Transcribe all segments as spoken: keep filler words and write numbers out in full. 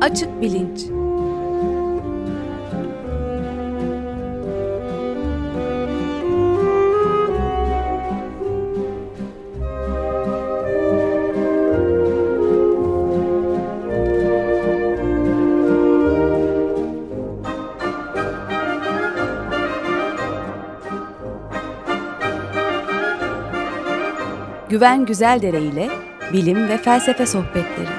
Açık Bilinç. Güven Güzeldere ile bilim ve felsefe sohbetleri.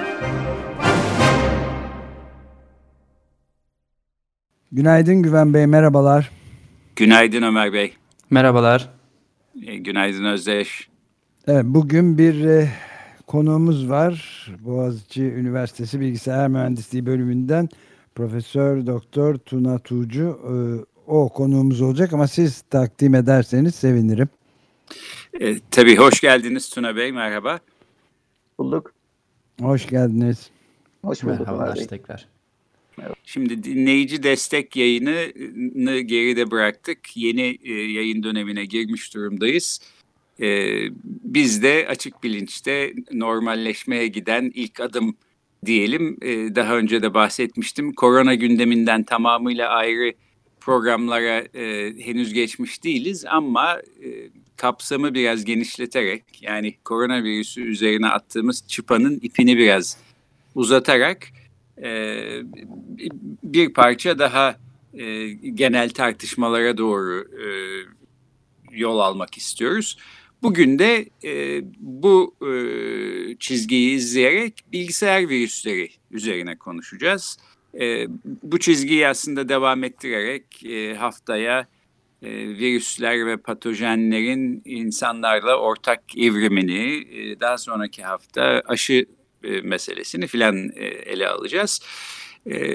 Günaydın Güven Bey, merhabalar. Günaydın Ömer Bey. Merhabalar. E, günaydın Özdeş. Evet, bugün bir e, konuğumuz var. Boğaziçi Üniversitesi Bilgisayar Mühendisliği bölümünden Profesör Doktor Tuna Tuğcu. E, o konuğumuz olacak ama siz takdim ederseniz sevinirim. E, tabii hoş geldiniz Tuna Bey, merhaba. Bulduk. Hoş geldiniz. Hoş bulduk. Merhabalar tekrar. Şimdi dinleyici destek yayını geride bıraktık. Yeni e, yayın dönemine girmiş durumdayız. E, biz de Açık Bilinç'te normalleşmeye giden ilk adım diyelim. E, daha önce de bahsetmiştim. Korona gündeminden tamamıyla ayrı programlara e, henüz geçmiş değiliz ama e, kapsamı biraz genişleterek, yani koronavirüsü üzerine attığımız çıpanın ipini biraz uzatarak e, bir parça daha e, genel tartışmalara doğru e, yol almak istiyoruz. Bugün de e, bu e, çizgiyi izleyerek bilgisayar virüsleri üzerine konuşacağız. E, bu çizgiyi aslında devam ettirerek e, haftaya e, virüsler ve patojenlerin insanlarla ortak evrimini, e, daha sonraki hafta aşı e, meselesini filan e, ele alacağız. E,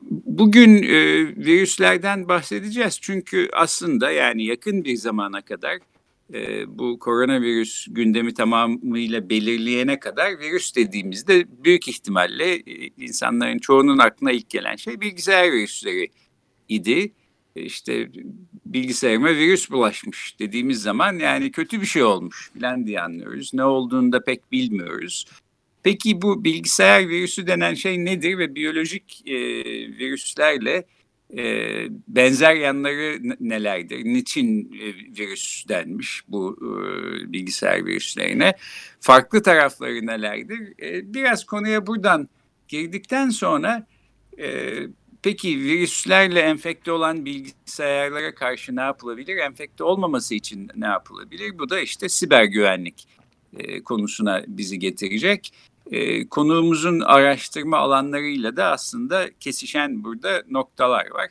bugün e, virüslerden bahsedeceğiz çünkü aslında yani yakın bir zamana kadar e, bu koronavirüs gündemi tamamıyla belirleyene kadar virüs dediğimizde büyük ihtimalle e, insanların çoğunun aklına ilk gelen şey bilgisayar virüsleri idi. İşte bilgisayarıma virüs bulaşmış dediğimiz zaman yani kötü bir şey olmuş falan diye anlıyoruz. Ne olduğunu da pek bilmiyoruz. Peki bu bilgisayar virüsü denen şey nedir ve biyolojik e, virüslerle e, benzer yanları nelerdir? Niçin e, virüs denmiş bu e, bilgisayar virüslerine? Farklı tarafları nelerdir? E, biraz konuya buradan girdikten sonra e, peki virüslerle enfekte olan bilgisayarlara karşı ne yapılabilir? Enfekte olmaması için ne yapılabilir? Bu da işte siber güvenlik e, konusuna bizi getirecek. E, konuğumuzun araştırma alanlarıyla da aslında kesişen burada noktalar var.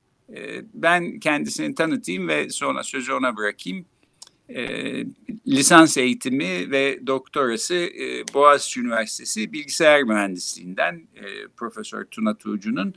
E, ben kendisini tanıtayım ve sonra sözü ona bırakayım. E, lisans eğitimi ve doktorası e, Boğaziçi Üniversitesi Bilgisayar Mühendisliğinden e, Profesör Tuna Tuğcu'nun.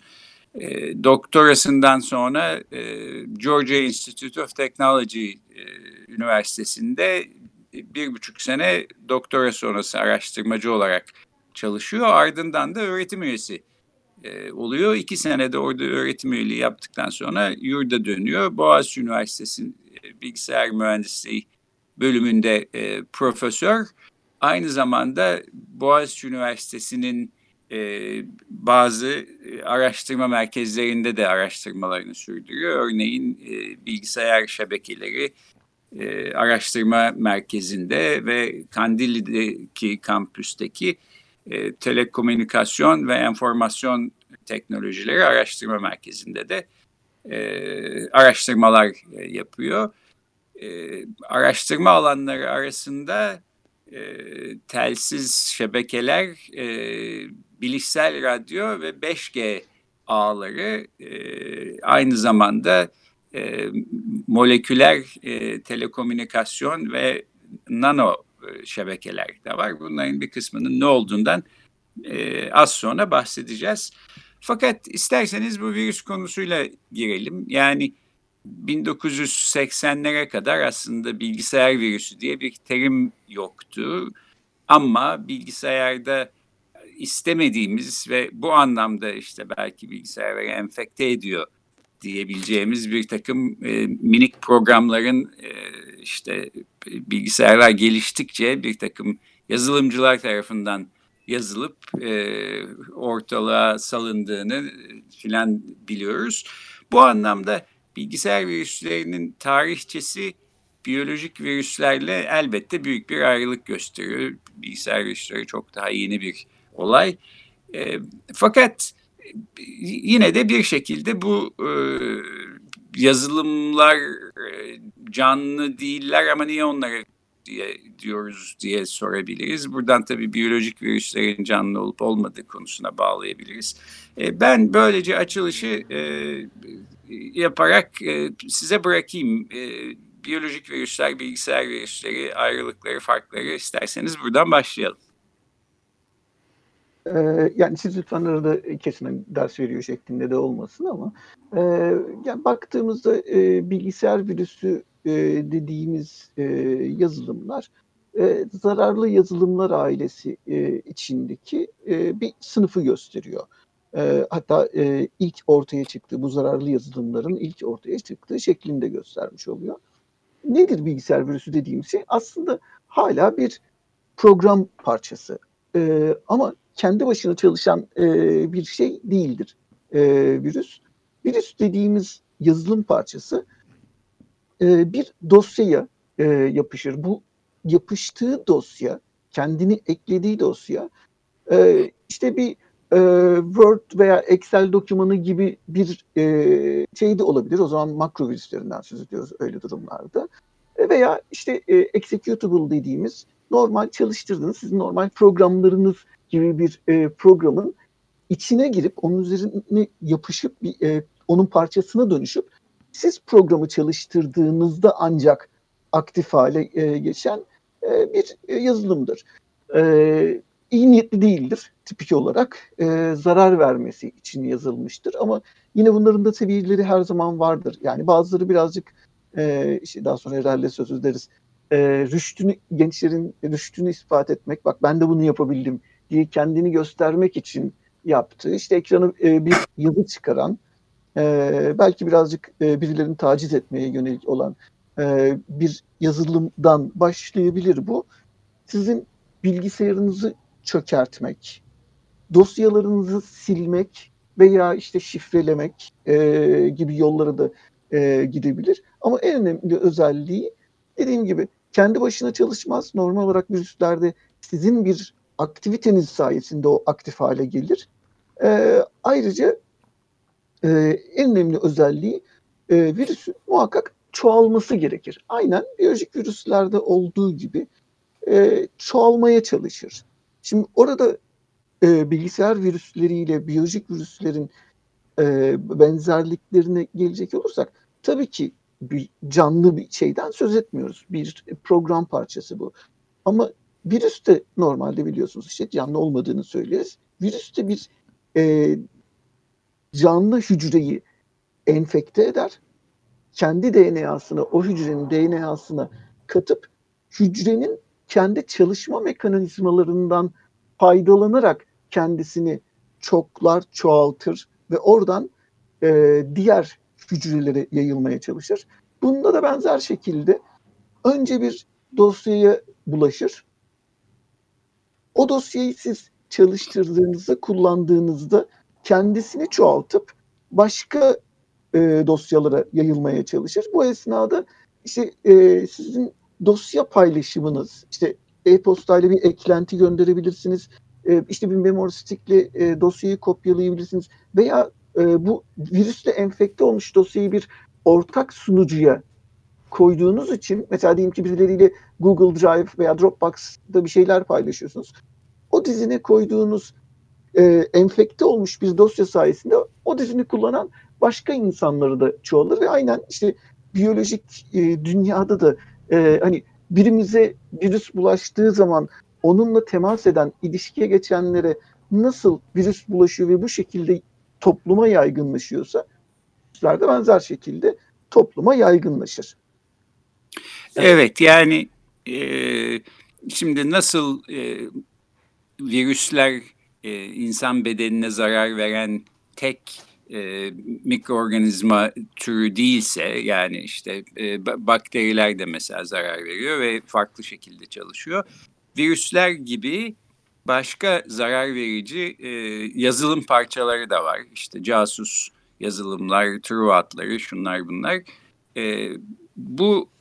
E, doktorasından sonra e, Georgia Institute of Technology e, Üniversitesi'nde bir buçuk sene doktora sonrası araştırmacı olarak çalışıyor. Ardından da öğretim üyesi e, oluyor. İki senede orada öğretim üyeliği yaptıktan sonra yurda dönüyor. Boğaziçi Üniversitesi e, Bilgisayar Mühendisliği bölümünde e, profesör. Aynı zamanda Boğaziçi Üniversitesi'nin e, bazı araştırma merkezlerinde de araştırmalarını sürdürüyor. Örneğin e, bilgisayar şebekeleri E, araştırma merkezinde ve Kandilli'deki kampüsteki e, telekomünikasyon ve enformasyon teknolojileri araştırma merkezinde de e, araştırmalar e, yapıyor. E, araştırma alanları arasında e, telsiz şebekeler, e, bilişsel radyo ve beş G ağları, e, aynı zamanda E, moleküler e, telekomünikasyon ve nano e, şebekeler de var. Bunların bir kısmının ne olduğundan e, az sonra bahsedeceğiz. Fakat isterseniz bu virüs konusuyla girelim. Yani bin dokuz yüz seksenlere kadar aslında bilgisayar virüsü diye bir terim yoktu. Ama bilgisayarda istemediğimiz ve bu anlamda işte belki bilgisayarları enfekte ediyor diyebileceğimiz bir takım e, minik programların e, işte bilgisayarlar geliştikçe bir takım yazılımcılar tarafından yazılıp e, ortalığa salındığını filan biliyoruz. Bu anlamda bilgisayar virüslerinin tarihçesi biyolojik virüslerle elbette büyük bir ayrılık gösteriyor. Bilgisayar virüsleri çok daha yeni bir olay. E, fakat yine de bir şekilde bu e, yazılımlar e, canlı değiller ama niye onlara diye diyoruz diye sorabiliriz. Buradan tabii biyolojik virüslerin canlı olup olmadığı konusuna bağlayabiliriz. E, ben böylece açılışı e, yaparak e, size bırakayım. E, biyolojik virüsler, bilgisayar virüsleri, ayrılıkları, farkları isterseniz buradan başlayalım. Ee, yani siz lütfen arada kesin ders veriyor şeklinde de olmasın ama e, yani baktığımızda e, bilgisayar virüsü e, dediğimiz e, yazılımlar e, zararlı yazılımlar ailesi e, içindeki e, bir sınıfı gösteriyor. E, hatta e, ilk ortaya çıktığı, bu zararlı yazılımların ilk ortaya çıktığı şeklinde göstermiş oluyor. Nedir bilgisayar virüsü dediğimiz şey? Aslında hala bir program parçası. E, ama kendi başına çalışan e, bir şey değildir e, virüs. Virüs dediğimiz yazılım parçası e, bir dosyaya e, yapışır. Bu yapıştığı dosya, kendini eklediği dosya e, işte bir e, Word veya Excel dokümanı gibi bir e, şey de olabilir. O zaman makro virüslerinden söz ediyoruz öyle durumlarda. E, veya işte e, executable dediğimiz normal çalıştırdığınız, sizin normal programlarınız gibi bir e, programın içine girip onun üzerine yapışıp bir, e, onun parçasına dönüşüp siz programı çalıştırdığınızda ancak aktif hale e, geçen e, bir e, yazılımdır. E, iyi niyetli değildir tipik olarak. E, zarar vermesi için yazılmıştır ama yine bunların da seviyeleri her zaman vardır. Yani bazıları birazcık e, işte daha sonra herhalde söz ederiz. E, rüştünü, gençlerin rüştünü ispat etmek, bak ben de bunu yapabildim diye kendini göstermek için yaptığı, işte ekrana e, bir yazı çıkaran, e, belki birazcık e, birilerini taciz etmeye yönelik olan e, bir yazılımdan başlayabilir bu. Sizin bilgisayarınızı çökertmek, dosyalarınızı silmek veya işte şifrelemek e, gibi yollara da e, gidebilir. Ama en önemli özelliği dediğim gibi kendi başına çalışmaz. Normal olarak virüslerde sizin bir aktiviteniz sayesinde o aktif hale gelir. E, ayrıca e, en önemli özelliği e, virüsün muhakkak çoğalması gerekir. Aynen biyolojik virüslerde olduğu gibi e, çoğalmaya çalışır. Şimdi orada e, bilgisayar virüsleriyle biyolojik virüslerin e, benzerliklerine gelecek olursak tabii ki bir canlı bir şeyden söz etmiyoruz. Bir program parçası bu. Ama virüs de normalde biliyorsunuz işte canlı olmadığını söyleriz. Virüs de bir e, canlı hücreyi enfekte eder. Kendi D N A'sını o hücrenin D N A'sına katıp hücrenin kendi çalışma mekanizmalarından faydalanarak kendisini çoklar, çoğaltır ve oradan e, diğer hücrelere yayılmaya çalışır. Bunda da benzer şekilde önce bir dosyaya bulaşır. O dosyayı siz çalıştırdığınızda, kullandığınızda kendisini çoğaltıp başka e, dosyalara yayılmaya çalışır. Bu esnada işte e, sizin dosya paylaşımınız, işte e-postayla bir eklenti gönderebilirsiniz, e, işte bir memory stick'le e, dosyayı kopyalayabilirsiniz veya e, bu virüsle enfekte olmuş dosyayı bir ortak sunucuya koyduğunuz için, mesela diyelim ki birileriyle Google Drive veya Dropbox'da bir şeyler paylaşıyorsunuz. O dizine koyduğunuz e, enfekte olmuş bir dosya sayesinde o dizini kullanan başka insanları da çoğalır ve aynen işte biyolojik e, dünyada da e, hani birimize virüs bulaştığı zaman onunla temas eden, ilişkiye geçenlere nasıl virüs bulaşıyor ve bu şekilde topluma yaygınlaşıyorsa virüsler de benzer şekilde topluma yaygınlaşır. Evet, yani e, şimdi nasıl e, virüsler e, insan bedenine zarar veren tek e, mikroorganizma türü değilse, yani işte e, bakteriler de mesela zarar veriyor ve farklı şekilde çalışıyor. Virüsler gibi başka zarar verici e, yazılım parçaları da var. İşte casus yazılımlar, truatları, şunlar bunlar. E, bu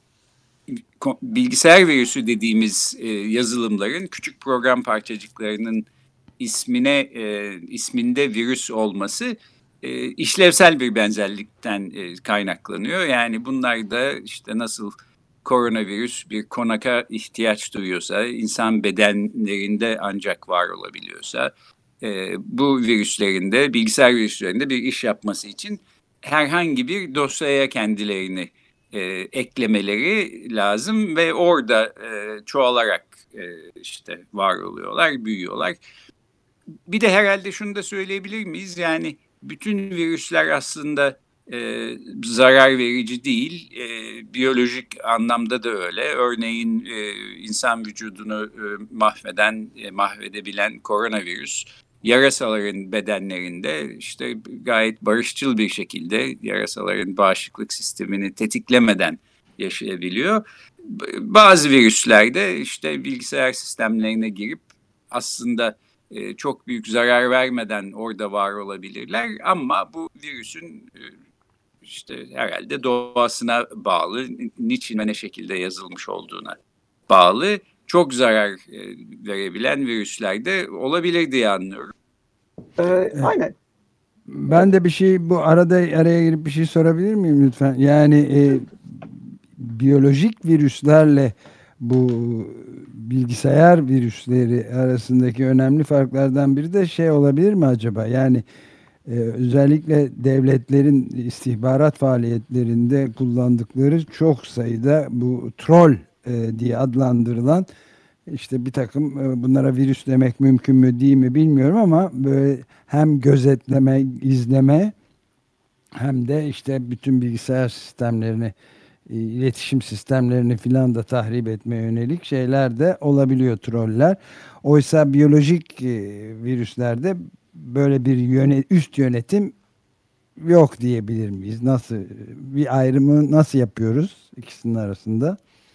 bilgisayar virüsü dediğimiz e, yazılımların küçük program parçacıklarının ismine e, isminde virüs olması e, işlevsel bir benzerlikten e, kaynaklanıyor. Yani bunlar da işte nasıl koronavirüs bir konaka ihtiyaç duyuyorsa, insan bedenlerinde ancak var olabiliyorsa, e, bu virüslerinde, bilgisayar virüslerinde bir iş yapması için herhangi bir dosyaya kendilerini e, eklemeleri lazım ve orada e, çoğalarak e, işte var oluyorlar, büyüyorlar. Bir de herhalde şunu da söyleyebilir miyiz? Yani bütün virüsler aslında e, zarar verici değil, e, biyolojik anlamda da öyle. Örneğin e, insan vücudunu e, mahveden, e, mahvedebilen koronavirüs, yarasaların bedenlerinde işte gayet barışçıl bir şekilde yarasaların bağışıklık sistemini tetiklemeden yaşayabiliyor. Bazı virüslerde işte bilgisayar sistemlerine girip aslında e, çok büyük zarar vermeden orada var olabilirler ama bu virüsün e, işte herhalde doğasına bağlı, niçin ve ne şekilde yazılmış olduğuna bağlı çok zarar e, verebilen virüsler de olabilir diye anlıyorum. Ee, aynen. Ben de bir şey bu arada araya girip bir şey sorabilir miyim lütfen? Yani e, biyolojik virüslerle bu bilgisayar virüsleri arasındaki önemli farklardan biri de şey olabilir mi acaba? Yani e, özellikle devletlerin istihbarat faaliyetlerinde kullandıkları çok sayıda bu troll e, diye adlandırılan işte bir takım e, bunlara virüs demek mümkün mü değil mi bilmiyorum ama böyle hem gözetleme, izleme hem de işte bütün bilgisayar sistemlerini, iletişim sistemlerini filan da tahrip etmeye yönelik şeyler de olabiliyor, troller. Oysa biyolojik e, virüslerde böyle bir yöne, üst yönetim yok diyebilir miyiz? Nasıl bir ayrımı nasıl yapıyoruz ikisinin arasında?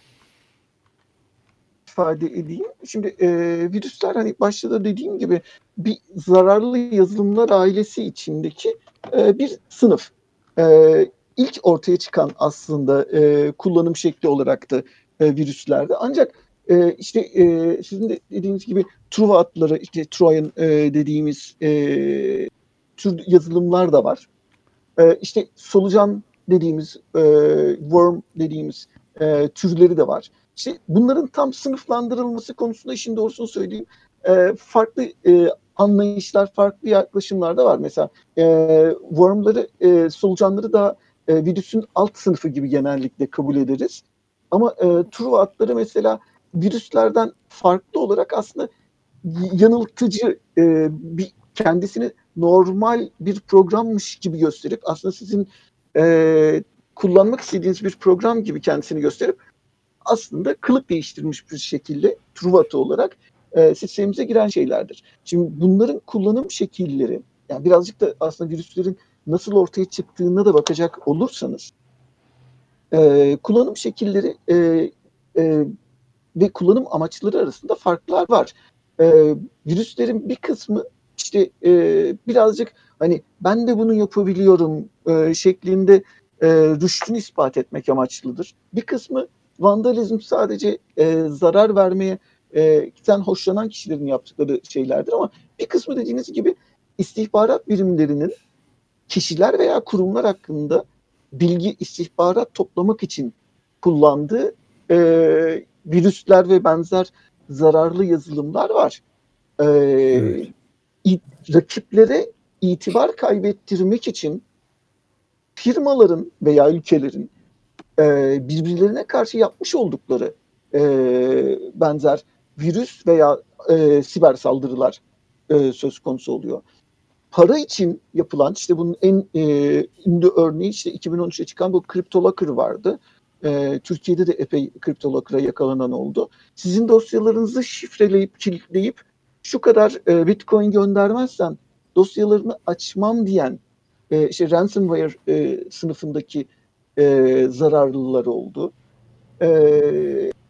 ifade edeyim. Şimdi e, virüsler hani başta da dediğim gibi bir zararlı yazılımlar ailesi içindeki e, bir sınıf. E, ilk ortaya çıkan aslında e, kullanım şekli olarak da e, virüslerde. Ancak e, işte e, sizin de dediğiniz gibi Truva adları, işte Trojan e, dediğimiz e, tür yazılımlar da var. E, işte solucan dediğimiz, e, worm dediğimiz e, türleri de var. İşte bunların tam sınıflandırılması konusunda işin doğrusunu söyleyeyim. E, farklı e, anlayışlar, farklı yaklaşımlar da var. Mesela e, wormları, e, solucanları da e, virüsün alt sınıfı gibi genellikle kabul ederiz. Ama e, truvatları mesela virüslerden farklı olarak aslında yanıltıcı, e, bir kendisini normal bir programmış gibi gösterip aslında sizin e, kullanmak istediğiniz bir program gibi kendisini gösterip aslında kılık değiştirmiş bir şekilde Truvatı olarak e, sistemimize giren şeylerdir. Şimdi bunların kullanım şekilleri, yani birazcık da aslında virüslerin nasıl ortaya çıktığına da bakacak olursanız e, kullanım şekilleri e, e, ve kullanım amaçları arasında farklar var. E, virüslerin bir kısmı işte e, birazcık hani ben de bunu yapabiliyorum e, şeklinde e, rüştünü ispat etmek amaçlıdır. Bir kısmı vandalizm, sadece e, zarar vermeye e, sen hoşlanan kişilerin yaptıkları şeylerdir ama bir kısmı dediğiniz gibi istihbarat birimlerinin kişiler veya kurumlar hakkında bilgi, istihbarat toplamak için kullandığı e, virüsler ve benzer zararlı yazılımlar var. E, evet. Rakiplere itibar kaybettirmek için firmaların veya ülkelerin e, birbirlerine karşı yapmış oldukları e, benzer virüs veya e, siber saldırılar e, söz konusu oluyor. Para için yapılan, işte bunun en e, ünlü örneği işte iki bin on üçte çıkan bu CryptoLocker vardı. E, Türkiye'de de epey CryptoLocker'a yakalanan oldu. Sizin dosyalarınızı şifreleyip, kilitleyip şu kadar e, Bitcoin göndermezsen dosyalarını açmam diyen e, işte ransomware e, sınıfındaki e, zararlılar oldu. E,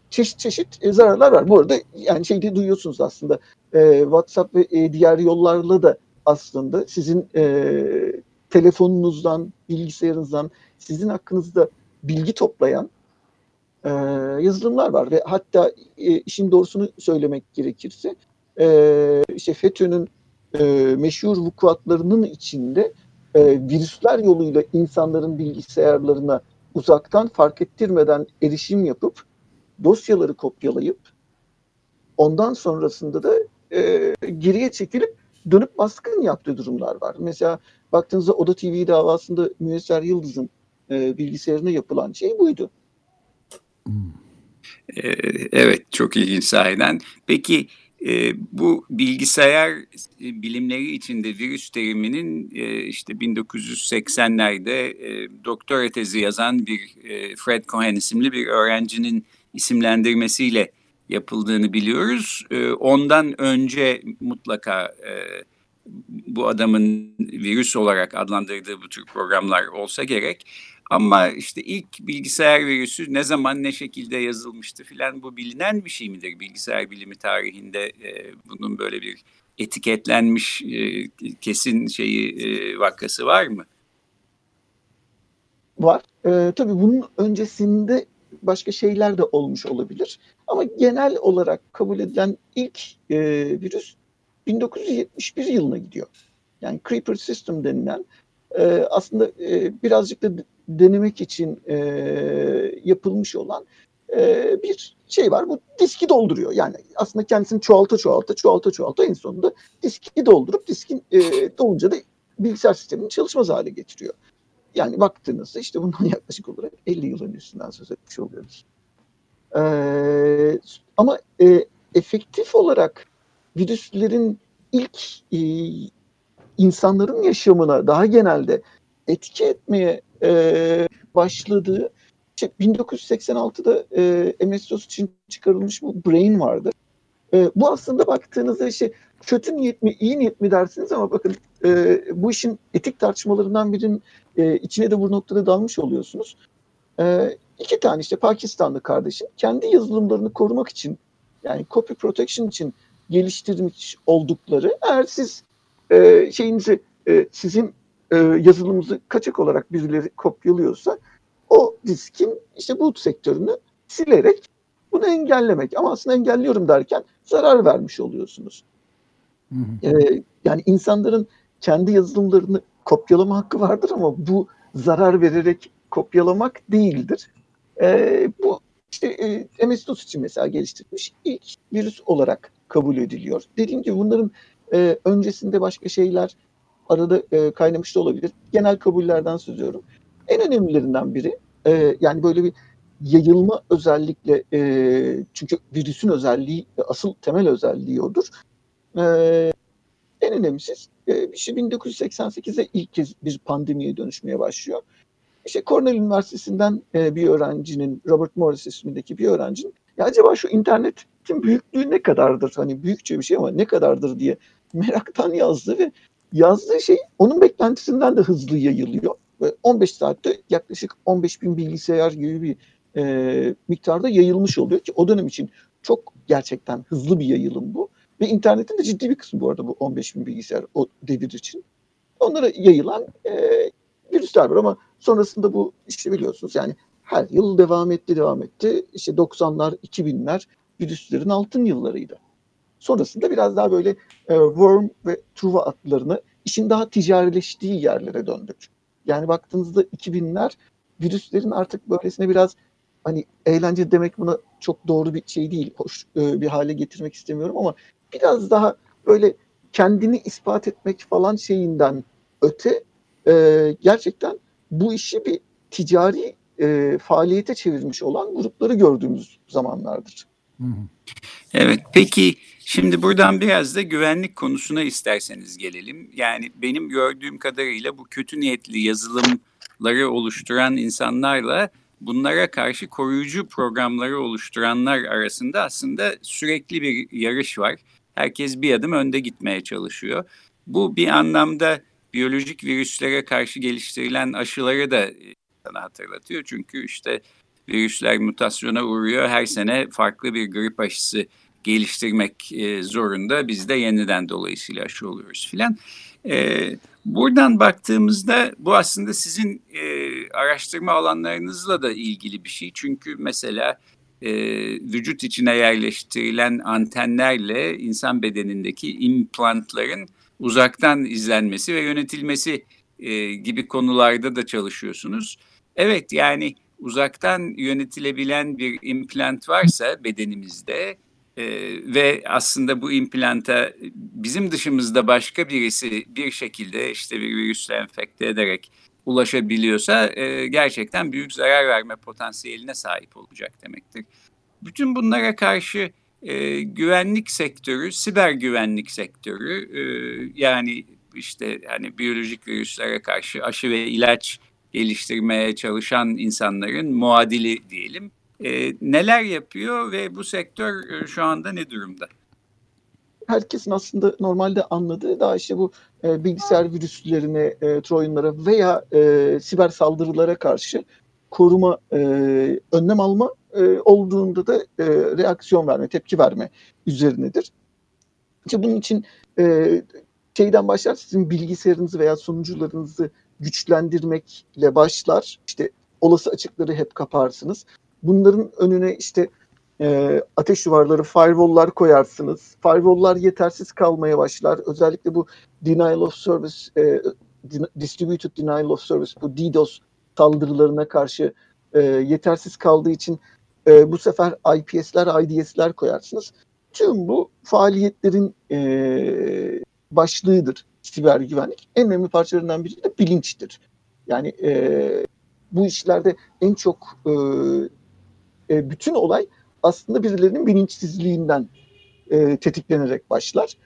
çeşit çeşit e, zararlar var. Bu arada yani şeyde duyuyorsunuz aslında e, WhatsApp ve e, diğer yollarla da aslında sizin e, telefonunuzdan, bilgisayarınızdan sizin hakkınızda bilgi toplayan e, yazılımlar var ve hatta e, işin doğrusunu söylemek gerekirse e, işte FETÖ'nün e, meşhur vukuatlarının içinde e, virüsler yoluyla insanların bilgisayarlarına uzaktan fark ettirmeden erişim yapıp dosyaları kopyalayıp ondan sonrasında da e, geriye çekilip dönüp baskın yaptığı durumlar var. Mesela baktığınızda Oda T V davasında Müyesser Yıldız'ın e, bilgisayarına yapılan şey buydu. Ee, Evet, çok ilginç sahiden. Peki e, bu bilgisayar bilimleri içinde virüs teriminin e, işte bin dokuz yüz seksenlerde e, doktora tezi yazan bir e, Fred Cohen isimli bir öğrencinin isimlendirmesiyle yapıldığını biliyoruz. E, ondan önce mutlaka e, bu adamın virüs olarak adlandırdığı bu tür programlar olsa gerek. Ama işte ilk bilgisayar virüsü ne zaman ne şekilde yazılmıştı filan, bu bilinen bir şey midir? Bilgisayar bilimi tarihinde e, bunun böyle bir etiketlenmiş e, kesin şeyi e, vakası var mı? Var. E, tabii bunun öncesinde başka şeyler de olmuş olabilir. Ama genel olarak kabul edilen ilk e, virüs bin dokuz yüz yetmiş bir yılına gidiyor. Yani Creeper System denilen e, aslında e, birazcık da denemek için e, yapılmış olan e, bir şey var. Bu diski dolduruyor. Yani aslında kendisini çoğalta çoğalta çoğalta çoğalta en sonunda diski doldurup diskin e, dolunca da bilgisayar sistemini çalışmaz hale getiriyor. Yani baktığınızda işte bundan yaklaşık olarak elli yılın üstünden söz etmiş oluyoruz. Ee, ama e, efektif olarak virüslerin ilk e, insanların yaşamına daha genelde etki etmeye e, başladığı işte bin dokuz yüz seksen altıda e, M S DOS için çıkarılmış bu Brain vardı. E, bu aslında baktığınızda işte kötü niyet mi iyi niyet mi dersiniz ama bakın e, bu işin etik tartışmalarından birinin e, içine de bu noktada dalmış oluyorsunuz. E, iki tane işte Pakistanlı kardeşin kendi yazılımlarını korumak için yani copy protection için geliştirmiş oldukları, eğer siz e, şeyinizi e, sizin e, yazılımınızı kaçak olarak birileri kopyalıyorsa o diskin işte boot sektörünü silerek bunu engellemek, ama aslında engelliyorum derken zarar vermiş oluyorsunuz. Hı hı. Ee, yani insanların kendi yazılımlarını kopyalama hakkı vardır ama bu zarar vererek kopyalamak değildir. Ee, bu işte e, M S DOS için mesela geliştirilmiş ilk virüs olarak kabul ediliyor. Dediğim gibi bunların e, öncesinde başka şeyler arada e, kaynamış da olabilir. Genel kabullerden söylüyorum. En önemlilerinden biri e, yani böyle bir yayılma özellikle e, çünkü virüsün özelliği, asıl temel özelliği odur. E, en önemlisi e, işte bin dokuz yüz seksen sekizde ilk kez bir pandemiye dönüşmeye başlıyor. İşte Cornell Üniversitesi'nden e, bir öğrencinin, Robert Morris ismindeki bir öğrencinin, ya acaba şu internetin büyüklüğü ne kadardır? Hani büyükçe bir şey ama ne kadardır diye meraktan yazdı ve yazdığı şey onun beklentisinden de hızlı yayılıyor. Ve on beş saatte yaklaşık on beş bin bilgisayar gibi bir e, miktarda yayılmış oluyor ki o dönem için çok gerçekten hızlı bir yayılım bu. Ve internetin de ciddi bir kısmı bu arada bu on beş bin bilgisayar o devir için. Onlara yayılan e, virüsler var ama sonrasında bu işte biliyorsunuz yani her yıl devam etti devam etti. İşte doksanlar, iki binler virüslerin altın yıllarıydı. Sonrasında biraz daha böyle e, Worm ve Truva adlarını işin daha ticarileştiği yerlere döndük. Yani baktığınızda iki binler virüslerin artık böylesine biraz hani eğlence demek buna çok doğru bir şey değil. Hoş e, bir hale getirmek istemiyorum ama biraz daha böyle kendini ispat etmek falan şeyinden öte e, gerçekten bu işi bir ticari e, faaliyete çevirmiş olan grupları gördüğümüz zamanlardır. Evet, peki şimdi buradan biraz da güvenlik konusuna isterseniz gelelim. Yani benim gördüğüm kadarıyla bu kötü niyetli yazılımları oluşturan insanlarla bunlara karşı koruyucu programları oluşturanlar arasında aslında sürekli bir yarış var. Herkes bir adım önde gitmeye çalışıyor. Bu bir anlamda biyolojik virüslere karşı geliştirilen aşıları da sana hatırlatıyor. Çünkü işte virüsler mutasyona uğruyor. Her sene farklı bir grip aşısı geliştirmek e, zorunda. Biz de yeniden dolayısıyla aşı oluyoruz filan. E, buradan baktığımızda bu aslında sizin e, araştırma alanlarınızla da ilgili bir şey. Çünkü mesela e, vücut içine yerleştirilen antenlerle insan bedenindeki implantların uzaktan izlenmesi ve yönetilmesi e, gibi konularda da çalışıyorsunuz. Evet, yani uzaktan yönetilebilen bir implant varsa bedenimizde e, ve aslında bu implanta bizim dışımızda başka birisi bir şekilde işte bir virüsle enfekte ederek ulaşabiliyorsa e, gerçekten büyük zarar verme potansiyeline sahip olacak demektir. Bütün bunlara karşı e, güvenlik sektörü, siber güvenlik sektörü e, yani işte hani biyolojik virüslere karşı aşı ve ilaç geliştirmeye çalışan insanların muadili diyelim. E, neler yapıyor ve bu sektör e, şu anda ne durumda? Herkesin aslında normalde anladığı daha işte bu e, bilgisayar virüslerine, e, trojanlara veya e, siber saldırılara karşı koruma, e, önlem alma e, olduğunda da e, reaksiyon verme, tepki verme üzerinedir. İşte bunun için e, şeyden başlar, sizin bilgisayarınızı veya sunucularınızı güçlendirmekle başlar. İşte olası açıkları hep kaparsınız. Bunların önüne işte e, ateş duvarları, firewall'lar koyarsınız. Firewall'lar yetersiz kalmaya başlar. Özellikle bu denial of service, e, distributed denial of service, bu DDoS saldırılarına karşı e, yetersiz kaldığı için e, bu sefer I P S'ler, I D S'ler koyarsınız. Tüm bu faaliyetlerin e, başlığıdır siber güvenlik. En önemli parçalarından biri de bilinçtir. Yani e, bu işlerde en çok e, e, bütün olay aslında birilerinin bilinçsizliğinden e, tetiklenerek başlar.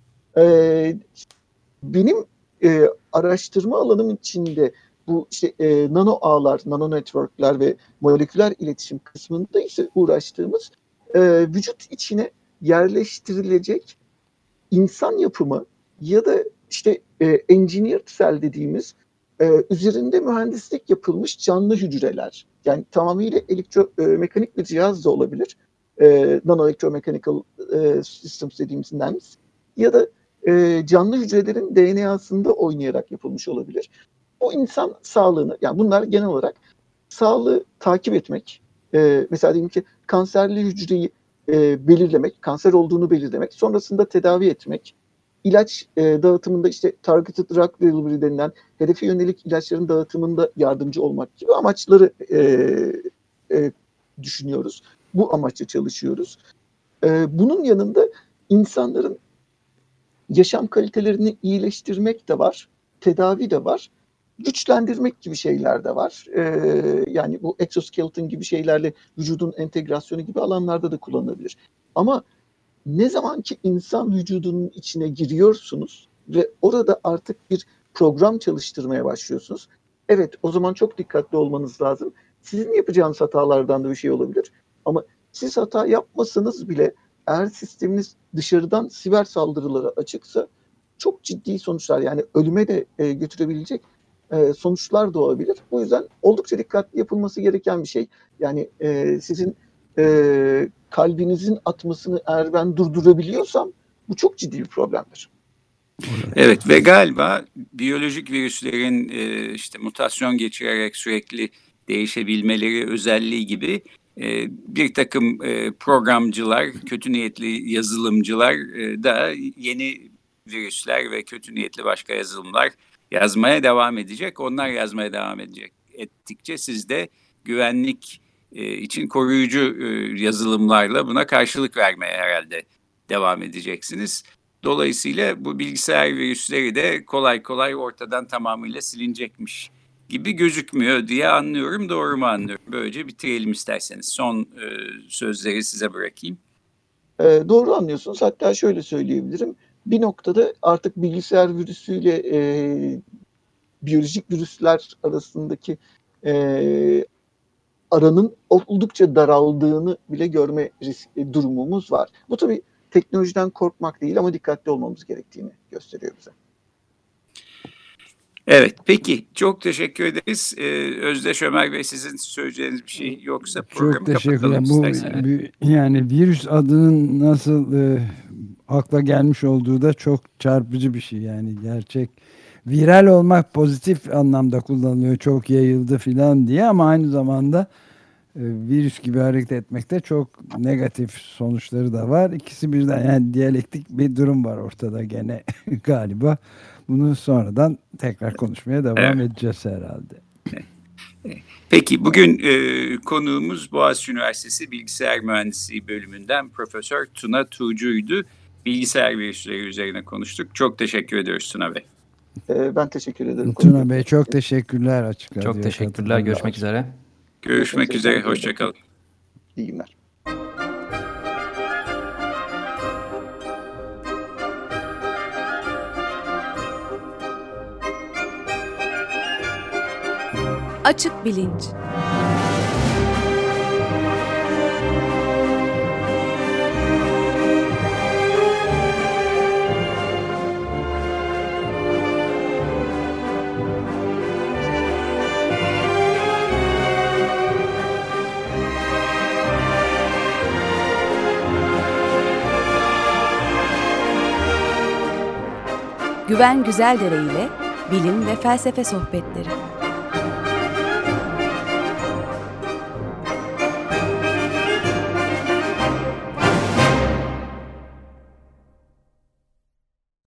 E, benim e, araştırma alanım içinde bu işte e, nano ağlar, nano networkler ve moleküler iletişim kısmında ise uğraştığımız e, vücut içine yerleştirilecek insan yapımı ya da işte e, engineered cell dediğimiz e, üzerinde mühendislik yapılmış canlı hücreler. Yani tamamıyla elektromekanik bir cihaz da olabilir. E, nano-electromechanical e, systems dediğimiz N E M S. Ya da e, canlı hücrelerin D N A'sında oynayarak yapılmış olabilir. O insan sağlığını, yani bunlar genel olarak sağlığı takip etmek. E, mesela diyelim ki kanserli hücreyi e, belirlemek, kanser olduğunu belirlemek, sonrasında tedavi etmek, ilaç e, dağıtımında işte targeted drug delivery denilen hedefe yönelik ilaçların dağıtımında yardımcı olmak gibi amaçları e, e, düşünüyoruz. Bu amaçla çalışıyoruz. E, bunun yanında insanların yaşam kalitelerini iyileştirmek de var, tedavi de var, güçlendirmek gibi şeyler de var. Ee, yani bu exoskeleton gibi şeylerle vücudun entegrasyonu gibi alanlarda da kullanılabilir. Ama ne zaman ki insan vücudunun içine giriyorsunuz ve orada artık bir program çalıştırmaya başlıyorsunuz. Evet, o zaman çok dikkatli olmanız lazım. Sizin yapacağınız hatalardan da bir şey olabilir. Ama siz hata yapmasanız bile eğer sisteminiz dışarıdan siber saldırılara açıksa çok ciddi sonuçlar, yani ölüme de e, götürebilecek e, sonuçlar doğabilir. O yüzden oldukça dikkatli yapılması gereken bir şey. Yani e, sizin e, kalbinizin atmasını eğer ben durdurabiliyorsam bu çok ciddi bir problemdir. Evet ve galiba biyolojik virüslerin e, işte mutasyon geçirerek sürekli değişebilmeleri özelliği gibi e, bir takım e, programcılar, kötü niyetli yazılımcılar e, da yeni virüsler ve kötü niyetli başka yazılımlar yazmaya devam edecek. Onlar yazmaya devam edecek ettikçe siz de güvenlik e, için koruyucu e, yazılımlarla buna karşılık vermeye herhalde devam edeceksiniz. Dolayısıyla bu bilgisayar virüsleri de kolay kolay ortadan tamamıyla silinecekmiş gibi gözükmüyor diye anlıyorum. Doğru mu anlıyorum? Böylece bitirelim isterseniz. Son e, sözleri size bırakayım. E, doğru anlıyorsunuz. Hatta şöyle söyleyebilirim. Bir noktada artık bilgisayar virüsüyle e, biyolojik virüsler arasındaki e, aranın oldukça daraldığını bile görme risk, e, durumumuz var. Bu tabii teknolojiden korkmak değil ama dikkatli olmamız gerektiğini gösteriyor bize. Evet, peki. Çok teşekkür ederiz. Ee, Özdeş Ömer Bey, sizin söyleyeceğiniz bir şey yoksa programı Çok teşekkürler. kapatalım Bu isterseniz. bir- yani virüs adının nasıl e, akla gelmiş olduğu da çok çarpıcı bir şey. Yani gerçek viral olmak pozitif anlamda kullanılıyor. Çok yayıldı filan diye ama aynı zamanda e, virüs gibi hareket etmekte çok negatif sonuçları da var. İkisi birden, yani diyalektik bir durum var ortada gene galiba. Bunu sonradan tekrar konuşmaya devam Evet. edeceğiz herhalde. Peki, bugün e, konuğumuz Boğaziçi Üniversitesi Bilgisayar Mühendisliği bölümünden Profesör Tuna Tuğcu'ydu. Bilgisayar virüsleri üzerine konuştuk. Çok teşekkür ediyoruz Tuna Bey. Ee, ben teşekkür ederim. Tuna Bey çok teşekkürler Açık Çok Radyo'ya teşekkürler. katıldığınız Görüşmek için. üzere. Görüşmek üzere, hoşça kalın. İyi günler. Açık Bilinç. Güven Güzeldere ile bilim ve felsefe sohbetleri.